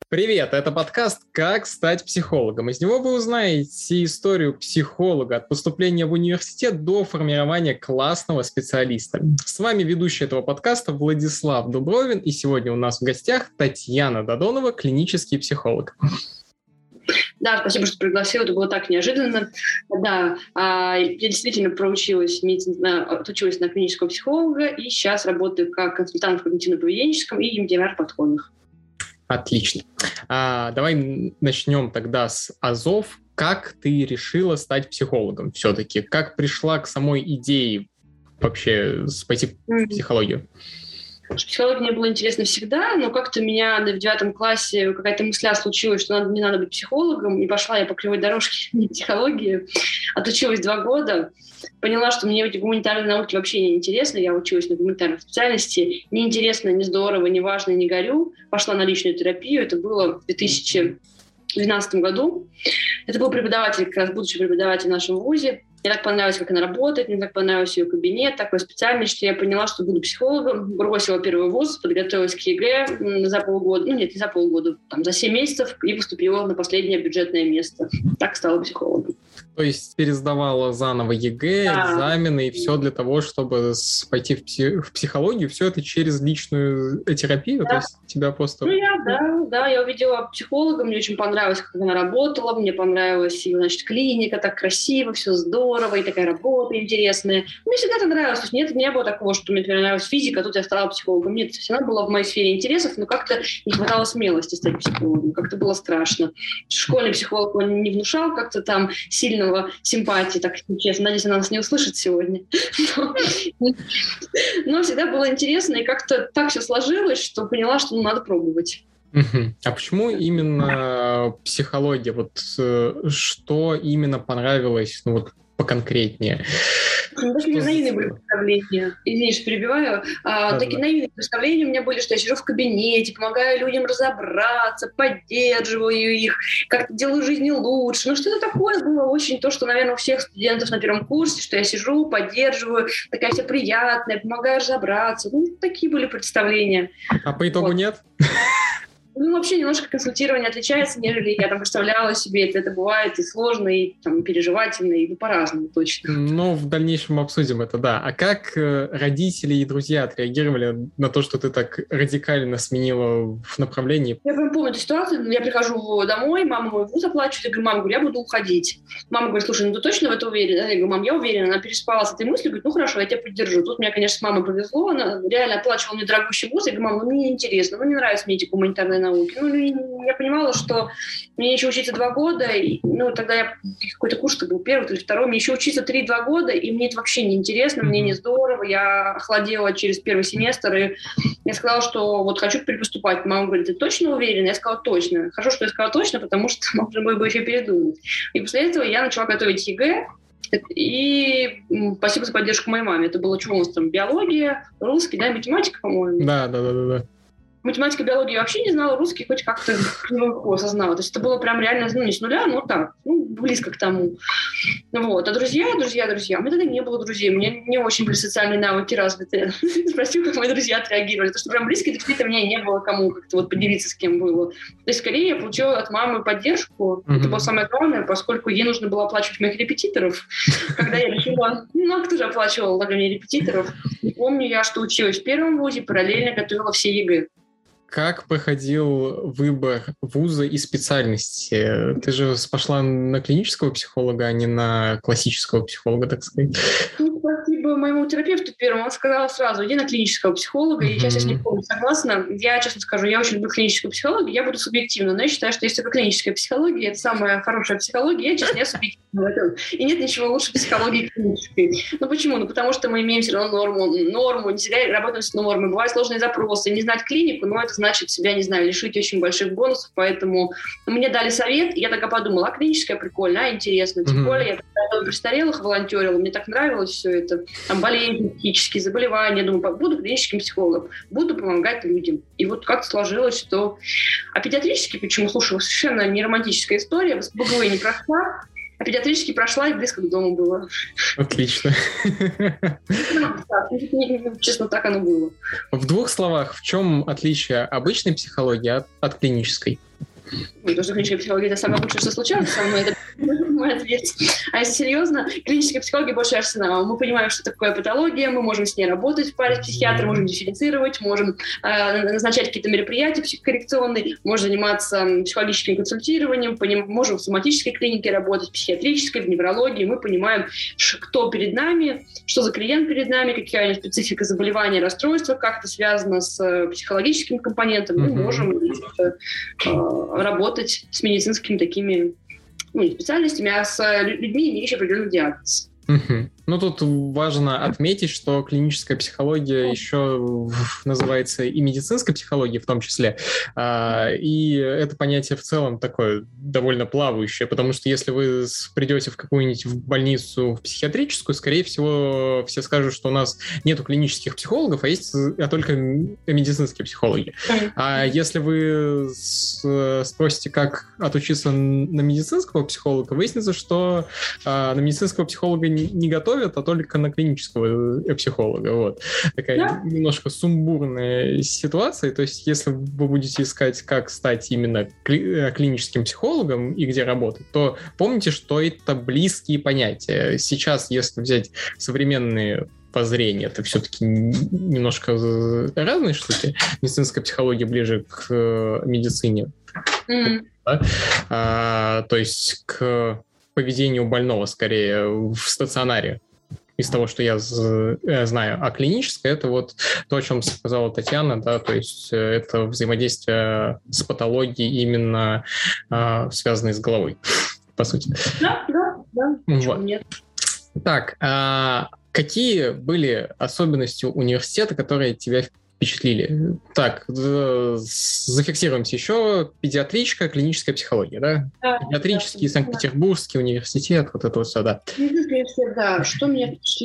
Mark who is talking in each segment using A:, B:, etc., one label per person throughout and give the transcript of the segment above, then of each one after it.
A: Привет, это подкаст «Как стать психологом». Из него вы узнаете историю психолога от поступления в университет до формирования классного специалиста. С вами ведущий этого подкаста Владислав Дубровин, и сегодня у нас в гостях Татьяна Додонова, клинический психолог.
B: Да, спасибо, что пригласил, это было так неожиданно. Да, я действительно отучилась на клинического психолога и сейчас работаю как консультант в когнитивно-поведенческом и EMDR-подходах.
A: Отлично. Давай начнем тогда с азов. Как ты решила стать психологом все-таки? Как пришла к самой идее вообще пойти в психологию?
B: Психология мне было интересно всегда, но как-то у меня в 9 классе какая-то мысля случилась, что не надо быть психологом, и пошла я по кривой дорожке в психологию. Отучилась 2 года, поняла, что мне эти гуманитарные науки вообще не интересны, я училась на гуманитарных специальности, не интересно, не здорово, не важно, не горю. Пошла на личную терапию, это было в 2012 году. Это был преподаватель, как раз будущий преподаватель в нашем вузе. Мне так понравилось, как она работает, мне так понравился ее кабинет, такой специальный, что я поняла, что буду психологом. Бросила первый вуз, подготовилась к ЕГЭ за полгода, не за полгода, за 7 месяцев и поступила на последнее бюджетное место. Так стала психологом.
A: То есть пересдавала заново ЕГЭ, экзамены и все для того, чтобы пойти в психологию, все это через личную терапию?
B: Да.
A: То есть тебя просто...
B: Я увидела психолога, мне очень понравилось, как она работала, мне понравилась ее, клиника, так красиво, все здорово, и такая работа интересная. Мне всегда это нравилось, то есть нет, не было такого, что мне нравилась физика, а тут я стала психологом. Нет, все равно было в моей сфере интересов, но как-то не хватало смелости стать психологом, как-то было страшно. Школьный психолог он не внушал как-то там сильного симпатии, так честно. Надеюсь, она нас не услышит сегодня. Но всегда было интересно, и как-то так все сложилось, что поняла, что надо пробовать.
A: А почему именно психология? Что именно понравилось, поконкретнее?
B: Такие наивные были представления. Извини, что перебиваю. Такие наивные представления у меня были, что я сижу в кабинете, помогаю людям разобраться, поддерживаю их, как-то делаю жизнь лучше. Что-то такое было очень то, что, наверное, у всех студентов на первом курсе, что я сижу, поддерживаю, такая вся приятная, помогаю разобраться. Такие были представления.
A: А по итогу нет?
B: Вообще немножко консультирование отличается, нежели я представляла себе. Это бывает и сложно, и переживательно, и по-разному точно.
A: Но в дальнейшем обсудим это, да. А как родители и друзья отреагировали на то, что ты так радикально сменила в направлении?
B: Я прям помню эту ситуацию. Я прихожу домой, мама мой вуз оплачивает. Я говорю, мама, я буду уходить. Мама говорит, слушай, ты точно в это уверена? Я говорю, мам, я уверена. Она переспала с этой мыслью, говорит, хорошо, я тебя поддержу. Тут мне, конечно, с мамой повезло. Она реально оплачивала мне дорогущий вуз. Я говорю, мам, мне неинтересно, не нравятся мне эти гуманитарные науки. Я понимала, что мне еще учиться 2 года, тогда я какой-то курс был, 1 или 2, мне еще учиться 3-2 года, и мне это вообще не интересно, мне не здорово, я охладела через 1 семестр, и я сказала, что хочу перепоступать. Мама говорит, ты точно уверена? Я сказала, точно. Хорошо, что я сказала точно, потому что можно было бы еще передумать. И после этого я начала готовить ЕГЭ, и спасибо за поддержку моей маме. Это было что у нас там, биология, русский, математика, по-моему.
A: Да.
B: Математика, биология я вообще не знала, русский хоть как-то осознала. То есть это было прям реально, не с нуля, но так, близко к тому. А друзья, у меня тогда не было друзей, у меня не очень были социальные навыки развиты. Спросил, как мои друзья отреагировали. Потому что прям близких друзей-то у меня не было кому как-то поделиться, с кем было. То есть скорее я получила от мамы поддержку. Это было самое главное, поскольку ей нужно было оплачивать моих репетиторов. Когда я решила, кто же оплачивал для меня репетиторов. И помню я, что училась в первом вузе, параллельно готовила все ЕГЭ.
A: Как проходил выбор вуза и специальности? Ты же пошла на клинического психолога, а не на классического психолога, так сказать.
B: Спасибо моему терапевту первому. Он сказал сразу, иди на клинического психолога. И сейчас я с ним полностью согласна. Я, честно скажу, я очень люблю клиническую психологию, я буду субъективна, но я считаю, что если такая клиническая психология, это самая хорошая психология, я, честно, я субъективна в этом. И нет ничего лучше психологии клинической. Почему? Потому что мы имеем все равно норму, не всегда работаем с нормой. Бывают сложные запросы. Не знать клинику, но это значит себя, лишить очень больших бонусов, поэтому мне дали совет, и я так подумала, клиническая прикольно, интересно, тем более я когда престарелых волонтерила, мне так нравилось все это, болезни, психические заболевания, думаю, буду клиническим психологом, буду помогать людям. И как-то сложилось, что... А педиатрический, почему, слушай, совершенно не романтическая история, с БГУ не прошла, а педиатрически прошла и близко к дому было.
A: Отлично.
B: Честно, так оно было.
A: В 2 словах, в чем отличие обычной психологии от клинической?
B: Потому что клиническая психология – это самое лучшее, что случалось со мной, это мой ответ. А если серьезно, клиническая психология больше арсенала. Мы понимаем, что такое патология, мы можем с ней работать в паре с психиатром, можем дифференцировать, можем назначать какие-то мероприятия психокоррекционные, можем заниматься психологическим консультированием, можем в соматической клинике работать, в психиатрической, в неврологии. Мы понимаем, кто перед нами, что за клиент перед нами, какая у него специфика заболевания, расстройства, как это связано с психологическим компонентом. Мы можем работать с медицинскими такими не специальностями, а с людьми, имеющими определенный диагноз.
A: Ну, тут важно отметить, что клиническая психология еще называется и медицинской психологией в том числе, и это понятие в целом такое довольно плавающее, потому что если вы придете в какую-нибудь больницу в психиатрическую, скорее всего, все скажут, что у нас нету клинических психологов, а только медицинские психологи. А если вы спросите, как отучиться на медицинского психолога, выяснится, что на медицинского психолога не готовят, а только на клинического психолога. Вот. Такая немножко сумбурная ситуация. То есть, если вы будете искать, как стать именно клиническим психологом и где работать, то помните, что это близкие понятия. Сейчас, если взять современные воззрения, это все-таки немножко разные штуки. Медицинская психология ближе к медицине. Да? То есть, к поведению больного скорее в стационаре. Из того, что я знаю. А клиническое — это вот то, о чем сказала Татьяна, да, то есть это взаимодействие с патологией, именно связанной с головой, по сути.
B: Да.
A: Вот.
B: Нет.
A: Так, какие были особенности университета, которые тебя впечатлили? Так, зафиксируемся еще. Педиатрическая, клиническая психология, да? Педиатрический, Санкт-Петербургский университет, вот это вот все, да.
B: Да, что меня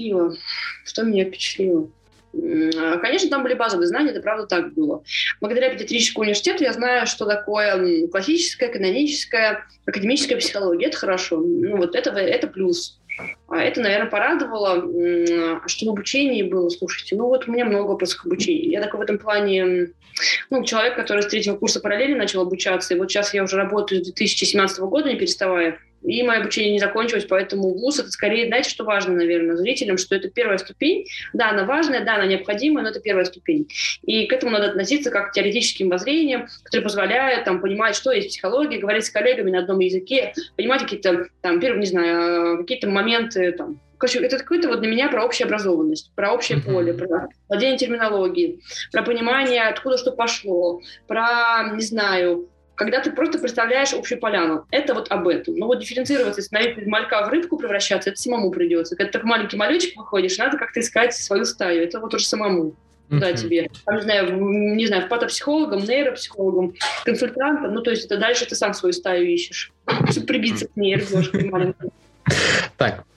B: впечатлило? Конечно, там были базовые знания, это правда так было. Благодаря педиатрическому университету я знаю, что такое классическая, каноническая, академическая психология. Это хорошо. Ну, вот это плюс. А это, наверное, порадовало, что в обучении было, слушайте, у меня много вопросов к обучению. Я такой в этом плане, человек, который с 3-го курса параллельно начал обучаться, и вот сейчас я уже работаю с 2017 года, не переставая, и мое обучение не закончилось, поэтому вуз — это скорее, знаете, что важно, наверное, зрителям, что это первая ступень. Да, она важная, да, она необходимая, но это первая ступень. И к этому надо относиться как к теоретическим воззрениям, которые позволяют понимать, что есть психология, говорить с коллегами на одном языке, понимать какие-то, какие-то моменты, Короче, это какое-то для меня про общеобразованность, про общее поле, про владение терминологией, про понимание, откуда что пошло, про, когда ты просто представляешь общую поляну. Это вот об этом. Но дифференцироваться, становиться из малька в рыбку превращаться, это самому придется. Когда ты как маленький малючек выходишь, надо как-то искать свою стаю. Это вот уже самому. Да, тебе. Не знаю, патопсихологом, нейропсихологом, консультантом. То есть это дальше ты сам свою стаю ищешь. Чтобы прибиться к ней рыбешкой маленькой.
A: Так,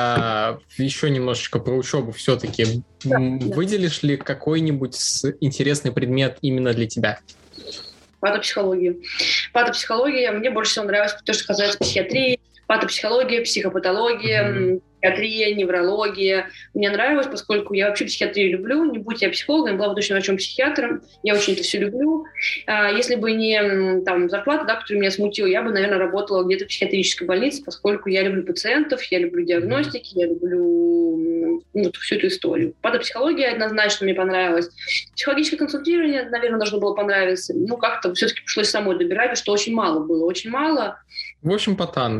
A: еще немножечко про учебу все-таки. Выделишь ли какой-нибудь интересный предмет именно для тебя?
B: Патопсихология. Мне больше всего нравилось то, что касается психиатрии, патопсихология, психопатология, психиатрия, неврология. Мне нравилось, поскольку я вообще психиатрию люблю. Не будь я психологом, была бы точно врачом-психиатром. Я очень это все люблю. Если бы не зарплата, которая меня смутила, я бы, наверное, работала где-то в психиатрической больнице, поскольку я люблю пациентов, я люблю диагностики, я люблю всю эту историю. Патопсихология однозначно мне понравилась. Психологическое консультирование, наверное, должно было понравиться. Как-то все-таки пришлось самой добирать, что очень мало было. Очень мало.
A: В общем,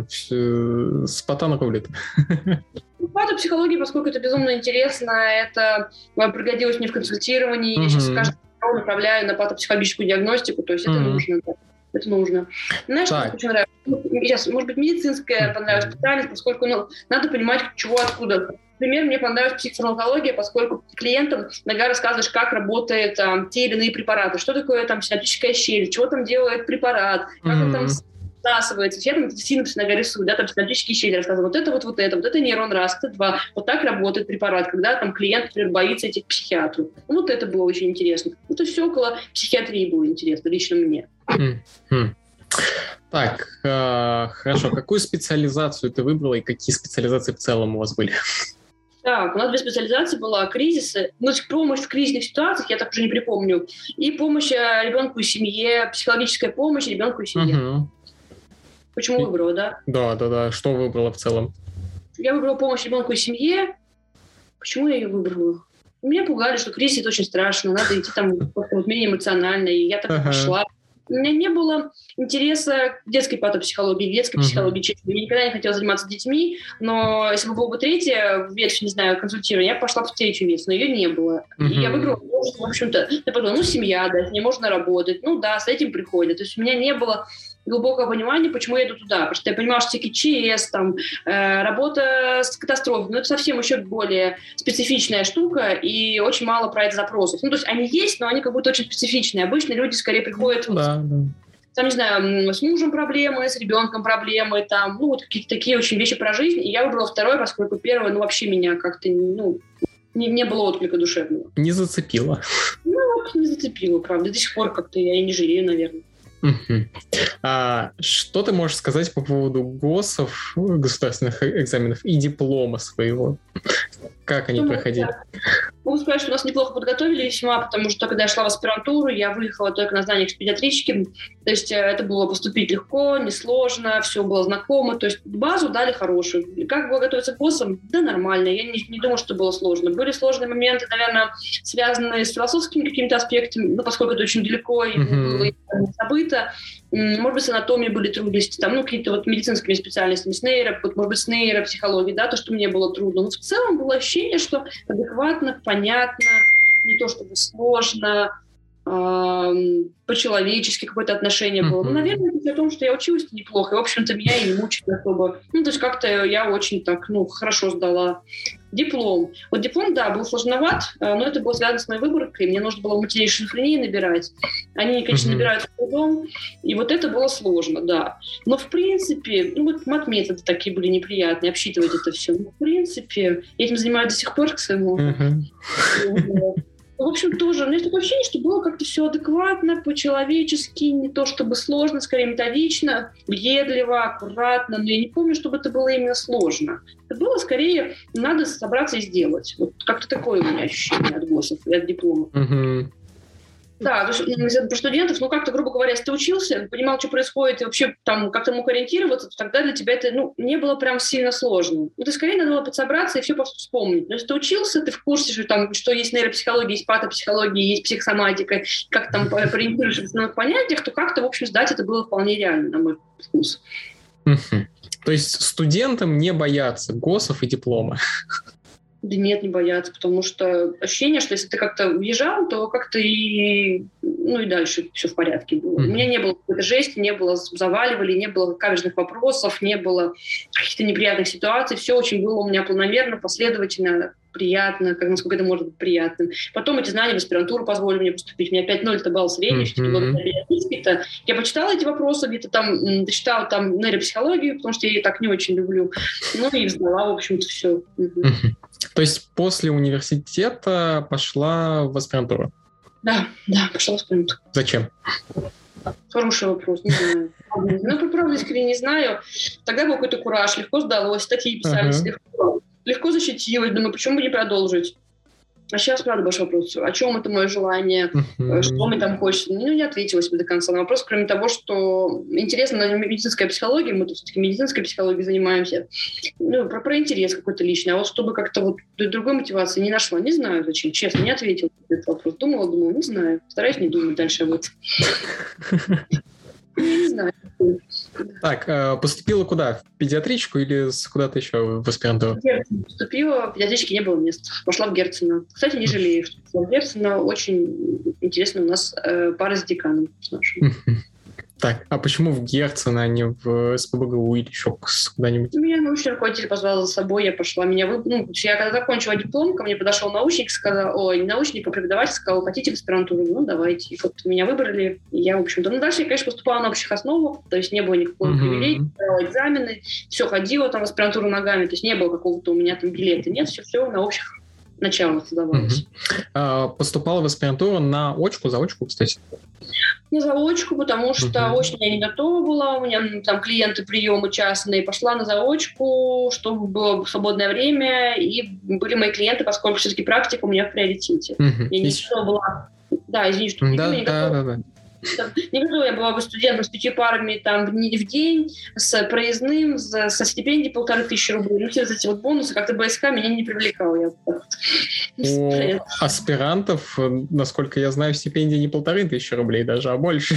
A: с Патан рулит.
B: Патопсихология, поскольку это безумно интересно, это пригодилось мне в консультировании. Я сейчас каждый день направляю на патопсихологическую диагностику, то есть это нужно. Это нужно. Знаешь, что мне очень нравится? Может быть, медицинская понравилась специальность, поскольку надо понимать, чего, откуда. Например, мне понравилась психофармакология, поскольку клиентам иногда рассказываешь, как работают те или иные препараты, что такое синаптическая щель, чего там делает препарат, как он там всасывается. Я там синапсы иногда рисую, синаптические щели рассказываю. Вот это нейрон раз, это два. Вот так работает препарат, когда клиент, например, боится идти к психиатру. Это было очень интересно. Это все около психиатрии было интересно, лично мне.
A: Так, хорошо. Какую специализацию ты выбрала и какие специализации в целом у вас были?
B: Так, у нас две специализации была: кризисы, ну, помощь в кризисных ситуациях, я так уже не припомню, и помощь ребенку и семье, психологическая помощь ребенку и семье.
A: Угу.
B: Почему выбрала, да?
A: Да. Что выбрала в целом?
B: Я выбрала помощь ребенку и семье. Почему я ее выбрала? Меня пугали, что кризис — это очень страшно, надо идти там менее эмоционально, и я так и пошла. У меня не было интереса к детской патопсихологии, к детской психологии, честно. Я никогда не хотела заниматься детьми, но если бы была бы третья ветвь, не знаю, консультирования, я бы пошла в третью ветвь, но ее не было. И я выбрала, в общем-то, я подумала, семья, да, с ней можно работать, с этим приходят. То есть у меня не было глубокого понимания, почему я иду туда. Потому что я понимала, что всякие ЧС, работа с катастрофой, это совсем еще более специфичная штука, и очень мало про это запросов. То есть они есть, но они как будто очень специфичные. Обычно люди скорее приходят... Там, не знаю, с мужем проблемы, с ребенком проблемы, какие-то такие очень вещи про жизнь. И я выбрала второе, поскольку первое, вообще меня как-то, не было отклика душевного.
A: Не зацепило.
B: Не зацепило, правда. До сих пор как-то я и не жалею, наверное.
A: Что ты можешь сказать по поводу ГОСов, государственных экзаменов и диплома своего? Как они проходили?
B: Могу сказать, что нас неплохо подготовили весьма, потому что когда я шла в аспирантуру, я выехала только на знаниях педиатрички. То есть это было поступить легко, несложно, все было знакомо. То есть базу дали хорошую. Как было готовиться к ГОСам? Да нормально. Я не думаю, что было сложно. Были сложные моменты, наверное, связанные с философскими какими-то аспектами, поскольку это очень далеко и было забыто. Может быть, с анатомией были трудности, какие-то медицинскими специальностями, может быть, с нейропсихологией, то, что мне было трудно. Но в целом было ощущение, что адекватно, понятно, не то чтобы сложно, по-человечески какое-то отношение было. Наверное, это о том, что я училась неплохо, и, в общем-то, меня и не мучили особо. То есть как-то я очень так, хорошо сдала. Диплом. Диплом, да, был сложноват, но это было связано с моей выборкой. Мне нужно было матерей шизофрении набирать. Они, конечно, набирают с трудом, и это было сложно, да. Но, в принципе, матметоды такие были неприятные, обсчитывать это все. Но, в принципе, я этим занимаюсь до сих пор, к своему. В общем, тоже, у меня такое ощущение, что было как-то все адекватно, по-человечески, не то чтобы сложно, скорее методично, въедливо, аккуратно, но я не помню, чтобы это было именно сложно. Это было скорее, надо собраться и сделать. Как-то такое у меня ощущение от ГОСов и от диплома. Да, то есть про студентов, как-то, грубо говоря, если ты учился, понимал, что происходит, и вообще как-то мог ориентироваться, то тогда для тебя это, не было прям сильно сложно. То скорее надо было подсобраться и все просто вспомнить. Но если ты учился, ты в курсе, что есть нейропсихология, есть патопсихология, есть психосоматика, как ориентируешься в основных понятиях, то как-то, в общем, сдать это было вполне реально, на мой вкус.
A: То есть студентам не боятся ГОСов и диплома?
B: Да нет, не боятся, потому что ощущение, что если ты как-то уезжал, то как-то и дальше все в порядке было. У меня не было какой-то жести, не было заваливали, не было каверзных вопросов, не было каких-то неприятных ситуаций. Все очень было у меня планомерно, последовательно, приятно, насколько это может быть приятным. Потом эти знания в аспирантуру позволили мне поступить. У меня 5.0 это балл средний, я почитала эти вопросы, где-то дочитала нейропсихологию, потому что я ее так не очень люблю. И сдала, в общем-то, все.
A: То есть после университета пошла в аспирантуру?
B: Да, пошла в аспирантуру.
A: Зачем?
B: Хороший вопрос, не знаю. Правда, искренне не знаю. Тогда был какой-то кураж, легко сдалось, статьи писались, легко защитилась. Думаю, почему бы не продолжить? А сейчас, правда, большой вопрос. О чем это мое желание? Что мне там хочется? Не ответила себе до конца на вопрос, кроме того, что интересно медицинская психология, мы тут все-таки медицинской психологией занимаемся, про интерес какой-то личный, а что бы как-то другой мотивации не нашла. Не знаю зачем, честно, не ответила на этот вопрос. Думала, не знаю. Стараюсь не думать дальше об этом. Я не знаю.
A: Так, поступила куда? В педиатричку или куда-то еще в аспирантуру?
B: В Герцена поступила, в педиатричке не было места. Пошла в Герцена. Кстати, не жалею, что пошла в Герцена. Очень интересно у нас пара с деканом с нашим.
A: Так, а почему в Герцена, а не в СПбГУ или еще куда-нибудь?
B: Меня научный руководитель позвал за собой, я пошла. Я когда закончила диплом, ко мне подошел научник, сказал, не научник, а преподаватель, сказал, хотите в аспирантуру? Давайте. И меня выбрали. И я, в общем-то, дальше я, конечно, поступала на общих основах, то есть не было никакого привилегия, давала экзамены, все ходила в аспирантуру ногами, то есть не было какого-то у меня билета. Нет, все на общих начало создавалось.
A: Поступала в аспирантуру на очку, заочку, кстати?
B: На заочку, потому что очно я не готова была, у меня там клиенты, приемы частные, пошла на заочку, чтобы было свободное время, и были мои клиенты, поскольку все-таки практика у меня в приоритете. Я не готова была... Да, извини, что не готова. Не готова я была бы студентом с 5 парами там, в день, с проездным, со стипендией 1500 рублей. Ну, все эти вот бонусы, как-то БСК меня не привлекало.
A: У аспирантов, насколько я знаю, стипендия не 1500 рублей даже, а больше.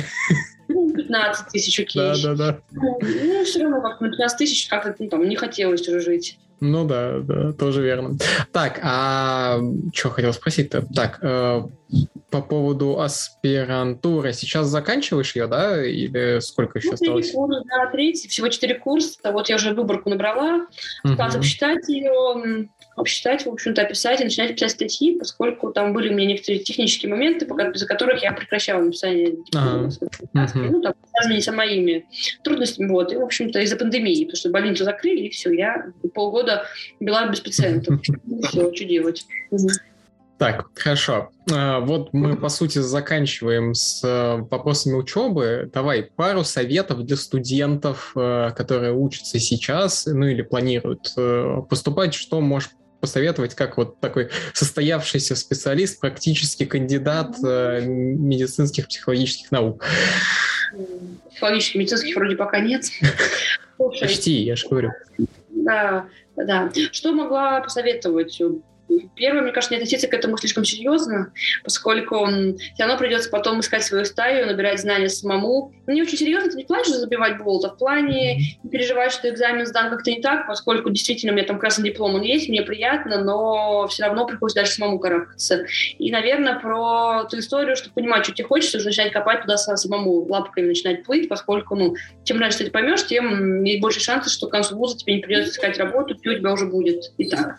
B: 15 тысяч, окей.
A: Да.
B: Ну, все равно как-то на 15 тысяч как-то там не хотелось уже жить.
A: Ну да, тоже верно. Так, а что хотел спросить-то? Так, по поводу аспирантуры. Сейчас заканчиваешь ее, да? Или сколько еще осталось?
B: Третий, всего 4 курса. Вот я уже выборку набрала. Осталось обсчитать ее, в общем-то, описать и начинать писать статьи, поскольку там были у меня некоторые технические моменты, из-за которых я прекращала написание диплома. Ну, там, связанные со моими трудностями. Вот. И, в общем-то, из-за пандемии, потому что больницу закрыли, и все, я полгода была без пациентов. Все, что делать?
A: Так, хорошо. Вот мы, по сути, заканчиваем с вопросами учебы. Давай пару советов для студентов, которые учатся сейчас, ну или планируют поступать. Что можешь посоветовать, как вот такой состоявшийся специалист, практически кандидат медицинских психологических наук?
B: Психологических, медицинских вроде пока нет.
A: Почти, я же говорю.
B: Да. Что могла посоветовать? Первое, мне кажется, не относиться к этому слишком серьезно, поскольку все равно придется потом искать свою стаю, набирать знания самому. Не очень серьезно, это не в плане, что забивать болт, а в плане не переживать, что экзамен сдан как-то не так, поскольку действительно у меня там красный диплом, он есть, мне приятно, но все равно приходится дальше самому карабкаться. И, наверное, про ту историю, чтобы понимать, что тебе хочется, уже начинать копать туда самому, лапками начинать плыть, поскольку, чем раньше ты это поймешь, тем есть больше шансов, что к концу вуза тебе не придется искать работу, и у тебя уже будет и так.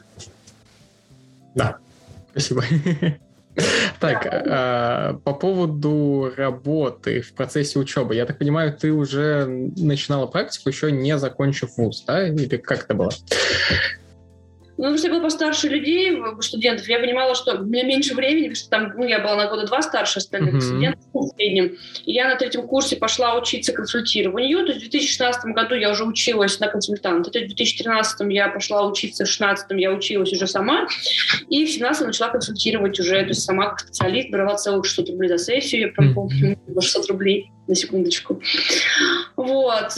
A: Да, спасибо. Так, по поводу работы в процессе учебы. Я так понимаю, ты уже начинала практику, еще не закончив вуз, да? Или как это было?
B: Ну, если я была постарше людей, студентов, я понимала, что у меня меньше времени, потому что там, я была на года 2 старше остальных студентов в среднем. И я на 3-м курсе пошла учиться консультированию. То есть в 2016 году я уже училась на консультанта. То есть в 2013 я пошла учиться, в 2016 я училась уже сама. И в 2017 начала консультировать уже, то есть сама как специалист, брала целых 600 рублей за сессию, я прям помню, 600 рублей. На секундочку. Вот.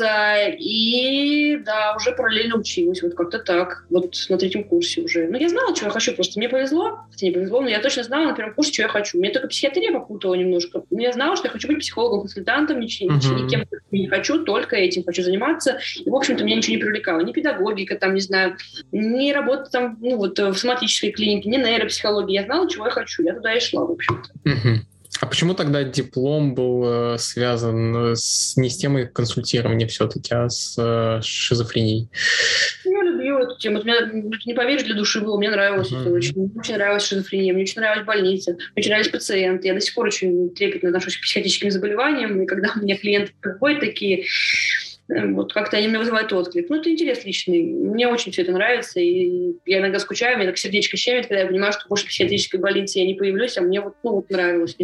B: И, да, уже параллельно училась. Вот как-то так. Вот на 3-м курсе уже. Ну, я знала, чего я хочу. Просто мне повезло. Хотя не повезло, но я точно знала на 1-м курсе, что я хочу. Мне только психиатрия попутала немножко. Но я знала, что я хочу быть психологом-консультантом. Никем не хочу, только этим хочу заниматься. И, в общем-то, меня ничего не привлекало. Ни педагогика, там, не знаю, ни работа там, в соматической клинике, ни нейропсихология. Я знала, чего я хочу. Я туда и шла, в общем-то.
A: А почему тогда диплом был связан не с темой консультирования все-таки, а с шизофренией?
B: Я люблю эту тему. Не поверишь, для души было. Мне нравилось это очень. Мне очень нравилась шизофрения, мне очень нравились больницы, мне очень нравились пациенты. Я до сих пор очень трепетно отношусь к психиатрическим заболеваниям. И когда у меня клиенты приходят такие, вот как-то они мне вызывают отклик. Ну, это интерес личный. Мне очень все это нравится. И я иногда скучаю, мне так сердечко щемит, когда я понимаю, что больше в психиатрической больнице я не появлюсь, а мне нравилось.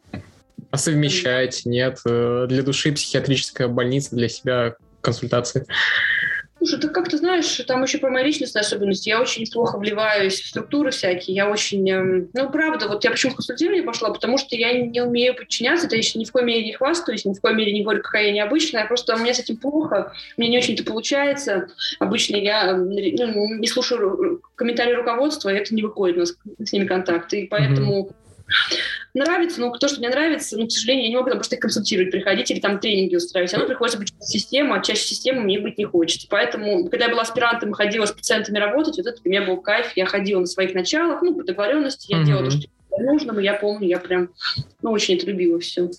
A: А совмещать нет? Для души психиатрическая больница, для себя консультации?
B: Слушай, ты как-то знаешь, там еще про мои личностные особенности. Я очень плохо вливаюсь в структуры всякие. Я очень... правда, вот я почему в консультирование пошла, потому что я не умею подчиняться. Это я еще ни в коей мере не хвастаюсь, ни в коей мере не говорю, какая я необычная. Просто у меня с этим плохо. Мне не очень это получается. Обычно я не слушаю комментарии руководства, и это не выходит у нас с ними контакты. И поэтому... Нравится, но то, что мне нравится, к сожалению, я не могу там просто их консультировать, приходить или там тренинги устраивать. Оно приходится быть частью системы, а частью системы мне быть не хочется. Поэтому, когда я была аспирантом и ходила с пациентами работать, вот это для меня был кайф. Я ходила на своих началах, по договоренности, я делала то, что нужно, и я помню, я прям очень это любила все.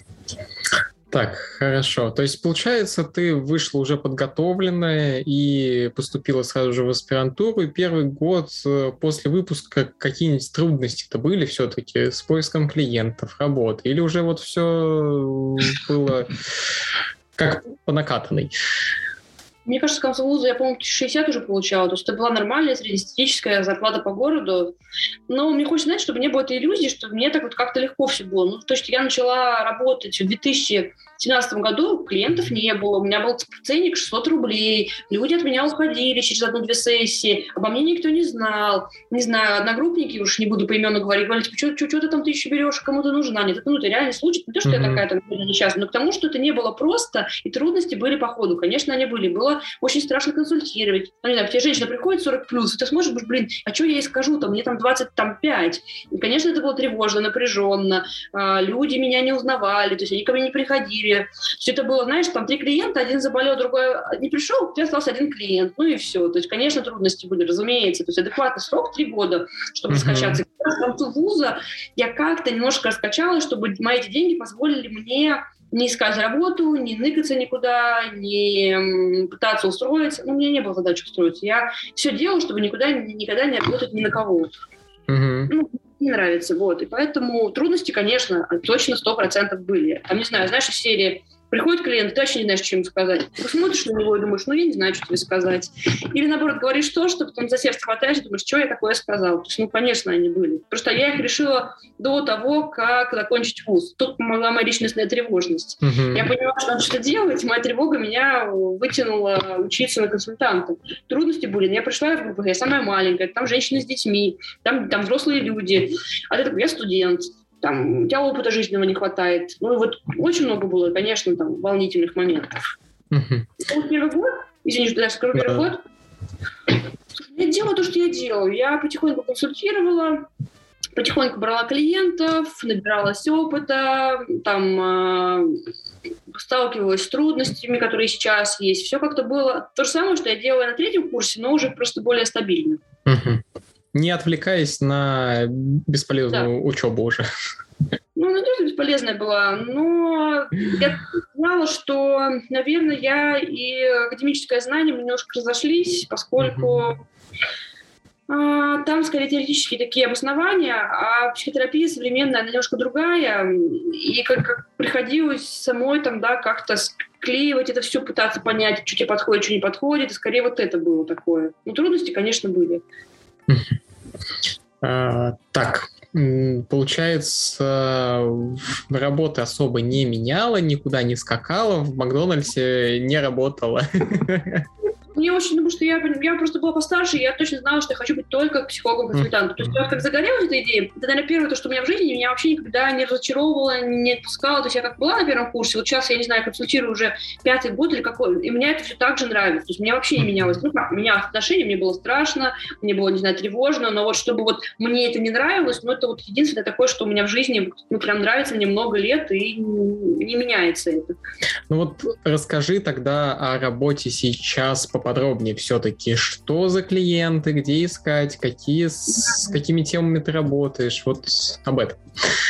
A: Так, хорошо. То есть, получается, ты вышла уже подготовленная и поступила сразу же в аспирантуру, и первый год после выпуска какие-нибудь трудности-то были все-таки с поиском клиентов, работы? Или уже все было как по накатанной?
B: мне кажется, к концу вуза я, по-моему, 60 уже получала. То есть это была нормальная среднестатистическая зарплата по городу. Но мне хочется знать, чтобы не было этой иллюзии, что мне так вот как-то легко все было. Ну, то есть я начала работать в 2017 году, клиентов не было. У меня был ценник 600 рублей. Люди от меня уходили через 1-2 сессии. Обо мне никто не знал. Не знаю, одногруппники, уж не буду поименно говорить, говорили, типа, что ты там тысячу берешь, кому ты нужна? Нет, это реальный случай. Не то, что я такая там несчастная, но к тому, что это не было просто, и трудности были по ходу. Конечно, они были. Было очень страшно консультировать. Ну, не знаю, тебе женщина приходит 40+, и ты смотришь, а что я ей скажу? Мне там 25. И, конечно, это было тревожно, напряженно. Люди меня не узнавали, то есть они ко мне не приходили. Все это было, знаешь, там 3 клиента, один заболел, другой не пришел, у тебя остался 1 клиент. Ну и все. То есть, конечно, трудности были, разумеется. То есть адекватный срок 3 года, чтобы раскачаться. К концу вуза я как-то немножко раскачалась, чтобы мои эти деньги позволили мне не искать работу, не ныкаться никуда, не пытаться устроиться. Ну, у меня не было задачи устроиться. Я все делала, чтобы никогда не работать ни на кого. Ну, не нравится. Вот. И поэтому трудности, конечно, точно 100% были. Там, не знаю, знаешь, из серии приходит клиент, ты вообще не знаешь, что ему сказать. Ты смотришь на него и думаешь, я не знаю, что тебе сказать. Или, наоборот, говоришь то, что потом за сердце хватаешь и думаешь, что я такое сказал. То есть, конечно, они были. Просто я их решила до того, как закончить вуз. Тут помогла моя личностная тревожность. Я поняла, что надо что-то делать, моя тревога меня вытянула учиться на консультанта. Трудности были. Я пришла в группу, я самая маленькая, там женщины с детьми, там взрослые люди. А ты такой, я студент. Там, у тебя опыта жизненного не хватает. Ну, и вот очень много было, конечно, там, волнительных моментов. Первый год, извини, что я скажу, первый год, я делала то, что я делала. Я потихоньку консультировала, потихоньку брала клиентов, набиралась опыта, там, сталкивалась с трудностями, которые сейчас есть. Все как-то было то же самое, что я делала на 3-м курсе, но уже просто более стабильно.
A: Не отвлекаясь на бесполезную учебу уже.
B: Ну, она тоже бесполезная была, но я знала, что, наверное, я и академическое знание немножко разошлись, поскольку там, скорее, теоретические такие обоснования, а психотерапия современная, она немножко другая, и как приходилось самой там, да, как-то склеивать это все, пытаться понять, что тебе подходит, что не подходит, и скорее вот это было такое. Но трудности, конечно, были.
A: Так, получается, работы особо не меняла, никуда не скакала, в Макдональдсе не работала.
B: Мне очень, потому что я просто была постарше, и я точно знала, что я хочу быть только психологом-консультантом. То есть я как загорелась этой идеей, это, наверное, первое, то, что у меня в жизни меня вообще никогда не разочаровывало, не отпускало. То есть я как была на первом курсе, вот сейчас я, не знаю, консультирую уже 5-й год или какой, и мне это все так же нравится. То есть мне вообще не менялось. Ну как, менялось отношение, мне было страшно, мне было, не знаю, тревожно, но вот чтобы вот мне это не нравилось, это вот единственное такое, что у меня в жизни, прям нравится мне много лет, и не меняется это.
A: Ну вот расскажи тогда о работе сейчас поподробнее все-таки. Что за клиенты, где искать, с какими темами ты работаешь? Вот об этом.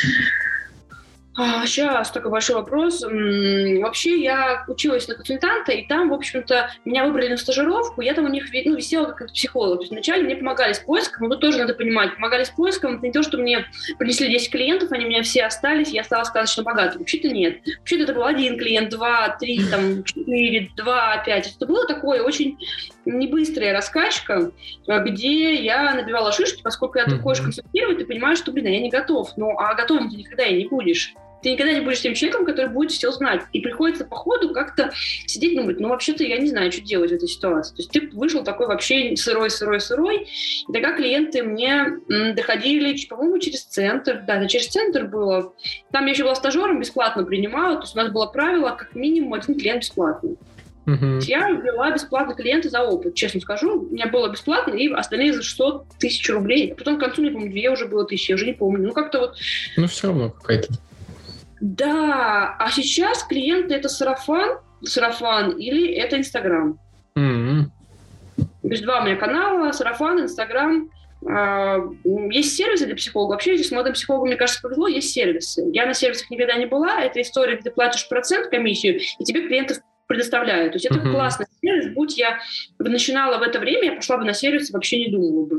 B: Сейчас такой большой вопрос. Вообще я училась на консультанта, и там, в общем-то, меня выбрали на стажировку, я там у них висела как психолог. То есть вначале мне помогали с поиском, но тут тоже надо понимать, помогали с поиском, это не то, что мне принесли 10 клиентов, они у меня все остались, я стала сказочно богатой. Вообще-то нет. Вообще-то это был 1 клиент, 2, 3, 4, 2, 5. Это было такое очень небыстрая раскачка, где я набивала шишки, поскольку я хочешь консультировать, ты понимаешь, что, я не готов. А готовым ты никогда и не будешь. Ты никогда не будешь тем человеком, который будет все знать. И приходится по ходу как-то сидеть и думать, вообще-то я не знаю, что делать в этой ситуации. То есть ты вышел такой вообще сырой. И тогда клиенты мне доходили, по-моему, через центр. Да, это через центр было. Там я еще была стажером, бесплатно принимала. То есть у нас было правило, как минимум 1 клиент бесплатный. Я ввела бесплатно клиента за опыт, честно скажу. У меня было бесплатно, и остальные за 600 тысяч рублей. А потом к концу, не помню, 2 уже было 1000, я уже не помню. Как-то вот...
A: все равно какая-то.
B: Да, а сейчас клиенты — это сарафан или это Инстаграм. То есть 2 у меня канала, сарафан, Инстаграм. Есть сервисы для психологов. Вообще, если с молодым психологом, мне кажется, повезло, есть сервисы. Я на сервисах никогда не была. Это история, где ты платишь процент, комиссию, и тебе клиентов предоставляют. То есть это классный сервис. Будь я начинала в это время, я пошла бы на сервис и вообще не думала бы.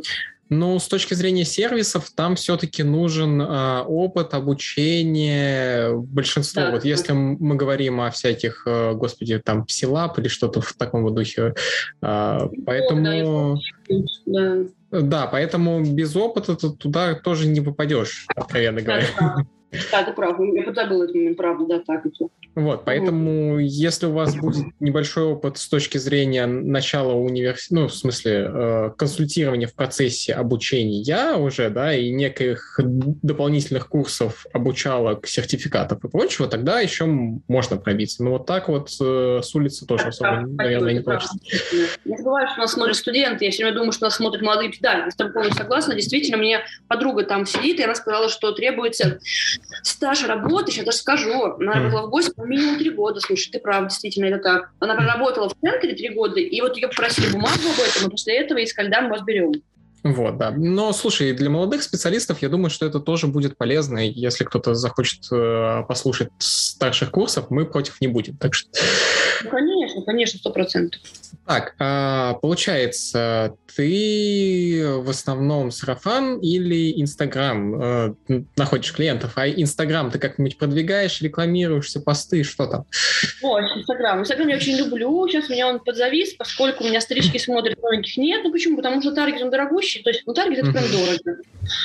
A: Ну, с точки зрения сервисов, там все-таки нужен опыт, обучение, большинство.
B: Да.
A: Вот если мы говорим о всяких, господи, там, Psilab или что-то в таком духе, поэтому... Да, поэтому без опыта ты туда тоже не попадешь, откровенно говоря.
B: Да, ты прав. Я подзабыла этот момент, правда, да, так и то.
A: Вот, поэтому если у вас будет небольшой опыт с точки зрения начала университета, ну, в смысле, консультирования в процессе обучения уже, да, и неких дополнительных курсов, обучалок, сертификатов и прочего, тогда еще можно пробиться. Но вот так вот с улицы тоже особо, наверное, не получится.
B: Не забываю, что нас смотрят студенты, я все время думаю, что нас смотрят молодые педагоги. Я с тобой полностью согласна. Действительно, мне подруга там сидит, и она сказала, что требуется стаж работы, сейчас даже скажу, она работала в ГОСе минимум 3 года, слушай, ты прав, действительно, это так. Она проработала в центре 3 года, и вот ее попросили бумагу об этом, и после этого из кальда мы вас берем.
A: Вот, да. Но, слушай, для молодых специалистов, я думаю, что это тоже будет полезно, и если кто-то захочет послушать старших курсов, мы против не будем, так что...
B: Ну, конечно, 100%.
A: Так, получается, ты в основном сарафан или Инстаграм находишь клиентов, а Инстаграм ты как-нибудь продвигаешь, рекламируешься, посты, что там?
B: Ой, Инстаграм я очень люблю, сейчас у меня он подзавис, поскольку у меня старички смотрят, новеньких нет. Ну почему? Потому что таргет он дорогущий, то есть таргет это прям дорого.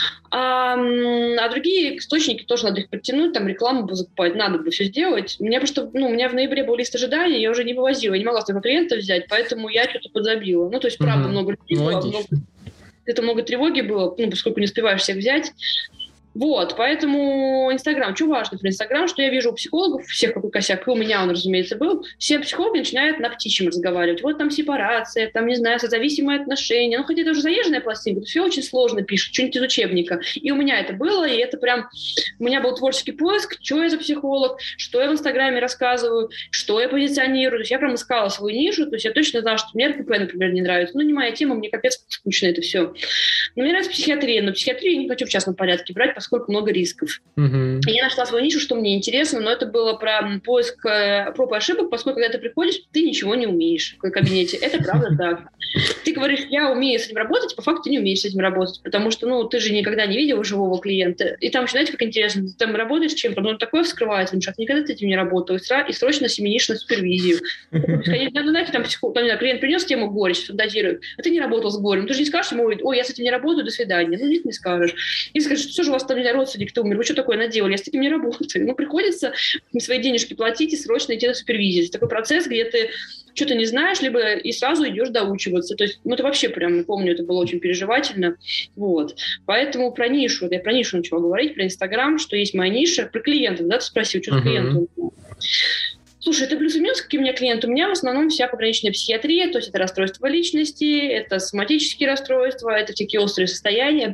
B: А другие источники тоже надо их подтянуть, там рекламу закупать, надо бы все сделать. У меня у меня в ноябре был лист ожидания, я уже не вывозила, я не могла столько клиентов взять, поэтому я что-то подзабила. Ну, то есть, правда, много людей было, много тревоги было, поскольку не успеваешь всех взять. Вот, поэтому Инстаграм. Что важно про Инстаграм, что я вижу у психологов, всех какой косяк, и у меня он, разумеется, был, все психологи начинают на птичьем разговаривать. Вот там сепарация, там, не знаю, созависимые отношения. Ну, хотя это уже заезженная пластинка, все очень сложно пишут, что-нибудь из учебника. И у меня это было, и это прям... У меня был творческий поиск, что я за психолог, что я в Инстаграме рассказываю, что я позиционирую. То есть я прям искала свою нишу, то есть я точно знала, что мне РПП, например, не нравится. Ну, не моя тема, мне капец скучно это все. Но мне нравится психиатрия, но психиатрию я не хочу в частном порядке брать, поскольку много рисков. И я нашла свою нишу, что мне интересно, но это было про поиск проб и ошибок, поскольку когда ты приходишь, ты ничего не умеешь в кабинете. Это правда так. Ты говоришь, я умею с этим работать, по факту ты не умеешь с этим работать, потому что, ты же никогда не видел живого клиента. И там еще, знаете, как интересно, ты там работаешь чем-то, такое вскрывается, никогда ты этим не работал, и срочно семенишь на супервизию. Знаете, там клиент принес тему горя, фантазирует, а ты не работал с горем. Ты же не скажешь ему, ой, я с этим не работаю, до свидания. Нет, не скажешь. И скажешь, что же у вас там родственник, кто умер, вы что такое наделали, я с таким не работаю. Приходится свои денежки платить и срочно идти на супервизию. Это такой процесс, где ты что-то не знаешь, либо и сразу идешь доучиваться. То есть, это вообще прям, помню, это было очень переживательно. Вот. Поэтому про нишу, я про нишу начала говорить, про Инстаграм, что есть моя ниша, про клиентов, да, ты спросил, что за клиенты. Слушай, это плюс и минус, какие у меня клиенты. У меня в основном вся пограничная психиатрия, то есть это расстройство личности, это соматические расстройства, это всякие острые состояния.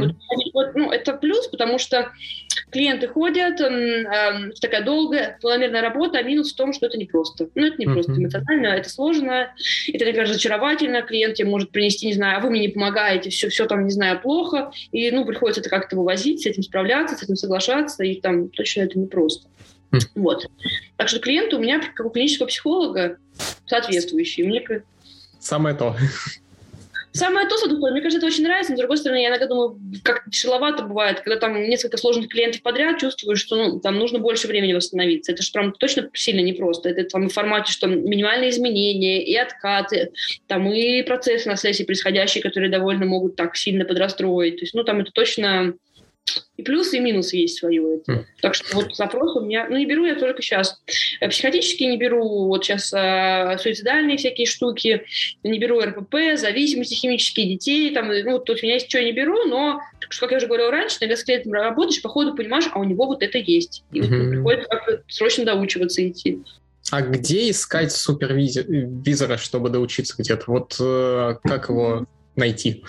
B: Это плюс, потому что клиенты ходят, такая долгая, планомерная работа, а минус в том, что это непросто. Это не просто эмоционально, это сложно, это, например, разочаровательно, клиент тебе может принести, не знаю, а вы мне не помогаете, все там, не знаю, плохо, и, приходится это как-то вывозить, с этим справляться, с этим соглашаться, и там точно это непросто. Вот. Так что клиенты у меня, как у клинического психолога, соответствующие.
A: Самое то.
B: Самое то, с одной стороны, мне кажется, это очень нравится, но с другой стороны, я иногда думаю, как тяжеловато бывает, когда там несколько сложных клиентов подряд, чувствуешь, что там нужно больше времени восстановиться. Это же прям точно сильно непросто. Это там в формате, что минимальные изменения, и откаты, там и процессы на сессии происходящие, которые довольно могут так сильно подрастроить. То есть, там это точно... И плюсы, и минусы есть свое. Так что вот запрос у меня... не беру я только сейчас. Психотические не беру, вот сейчас суицидальные всякие штуки, не беру РПП, зависимости химические, детей, там, тут у меня есть что я не беру, но, как я уже говорила раньше, когда с клиентом работаешь, по ходу понимаешь, а у него вот это есть. И приходится как-то срочно доучиваться идти.
A: А где искать супервизора, чтобы доучиться где-то? Вот как его найти?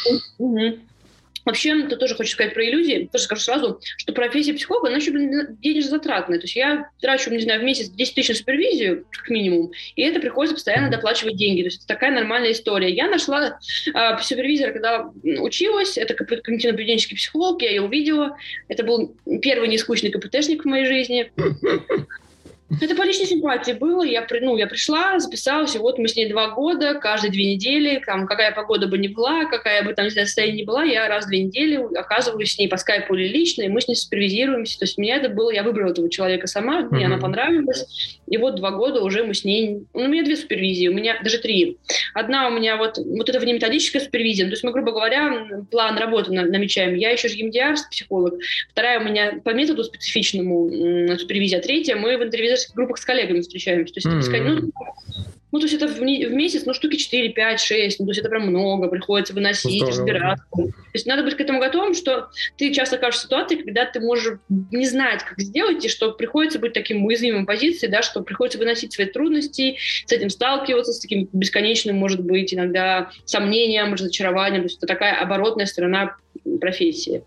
B: Вообще, ты тоже хочешь сказать про иллюзии, тоже скажу сразу, что профессия психолога, она еще денежно-затратная. То есть я трачу, не знаю, в месяц 10 тысяч на супервизию, как минимум, и это приходится постоянно доплачивать деньги. То есть это такая нормальная история. Я нашла супервизора, когда училась, это когнитивно-поведенческий психолог, я ее увидела. Это был первый нескучный КПТшник в моей жизни. Это по личной симпатии было. Я пришла, записалась, и вот мы с ней 2 года, каждые 2 недели, там, какая погода бы ни была, какая бы там, не знаю, состояние ни была, я раз в 2 недели оказываюсь с ней по скайпу или лично, и мы с ней супервизируемся. То есть мне это было, я выбрала этого человека сама, мне она понравилась, и вот 2 года уже мы с ней... у меня 2 супервизии, у меня даже 3. Одна у меня вот это внеметодическая супервизия, то есть мы, грубо говоря, план работы намечаем. Я еще же EMDR, психолог. Вторая у меня по методу специфичному супервизия. Третья мы в интервизорских группах с коллегами встречаемся. То есть это то есть это в месяц, штуки 4, 5, 6, то есть это прям много, приходится выносить, разбираться. То есть надо быть к этому готовым, что ты часто окажешься в ситуации, когда ты можешь не знать, как сделать, и что приходится быть таким уязвимым в позиции, да, что приходится выносить свои трудности, с этим сталкиваться, с таким бесконечным, может быть, иногда сомнением, разочарованием. То есть это такая оборотная сторона профессии.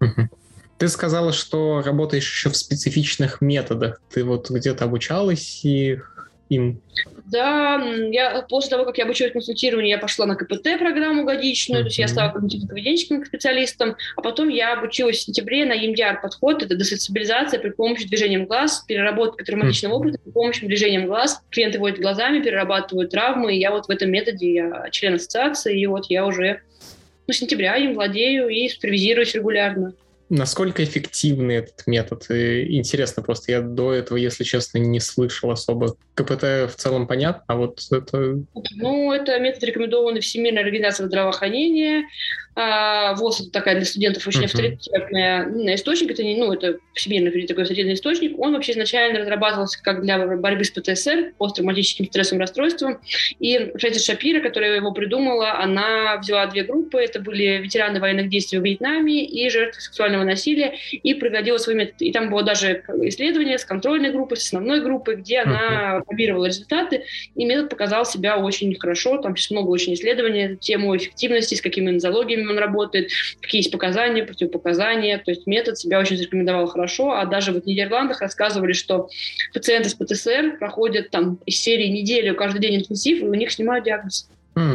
A: Ты сказала, что работаешь еще в специфичных методах. Ты вот где-то обучалась им?
B: Да, после того, как я обучилась консультированию, я пошла на КПТ-программу годичную, то есть я стала когнитивно-поведенческим специалистом, а потом я обучилась в сентябре на EMDR-подход, это десенсибилизация при помощи движением глаз, переработка травматичного опыта при помощи движением глаз. Клиенты водят глазами, перерабатывают травмы, и я вот в этом методе, я член ассоциации, и вот я уже с сентября им владею и супервизируюсь регулярно.
A: Насколько эффективный этот метод? Интересно, просто я до этого, если честно, не слышал особо. КПТ в целом понятно, а вот это...
B: это метод, рекомендованный Всемирной организацией здравоохранения. ВОЗ — это такая для студентов очень авторитетный источник. Это Всемирный такой авторитетный источник. Он вообще изначально разрабатывался как для борьбы с ПТСР, посттравматическим стрессовым расстройством. И Фрэнсис Шапира, которая его придумала, она взяла 2 группы. Это были ветераны военных действий в Вьетнаме и жертвы сексуального насилия, и проводила свой метод. И там было даже исследование с контрольной группой, с основной группой, где она пробировала результаты, и метод показал себя очень хорошо. Там сейчас много очень исследований на тему эффективности, с какими нозологиями он работает, какие есть показания, противопоказания. То есть метод себя очень зарекомендовал хорошо, а даже в Нидерландах рассказывали, что пациенты с ПТСР проходят там из серии неделю каждый день интенсив, и у них снимают диагноз.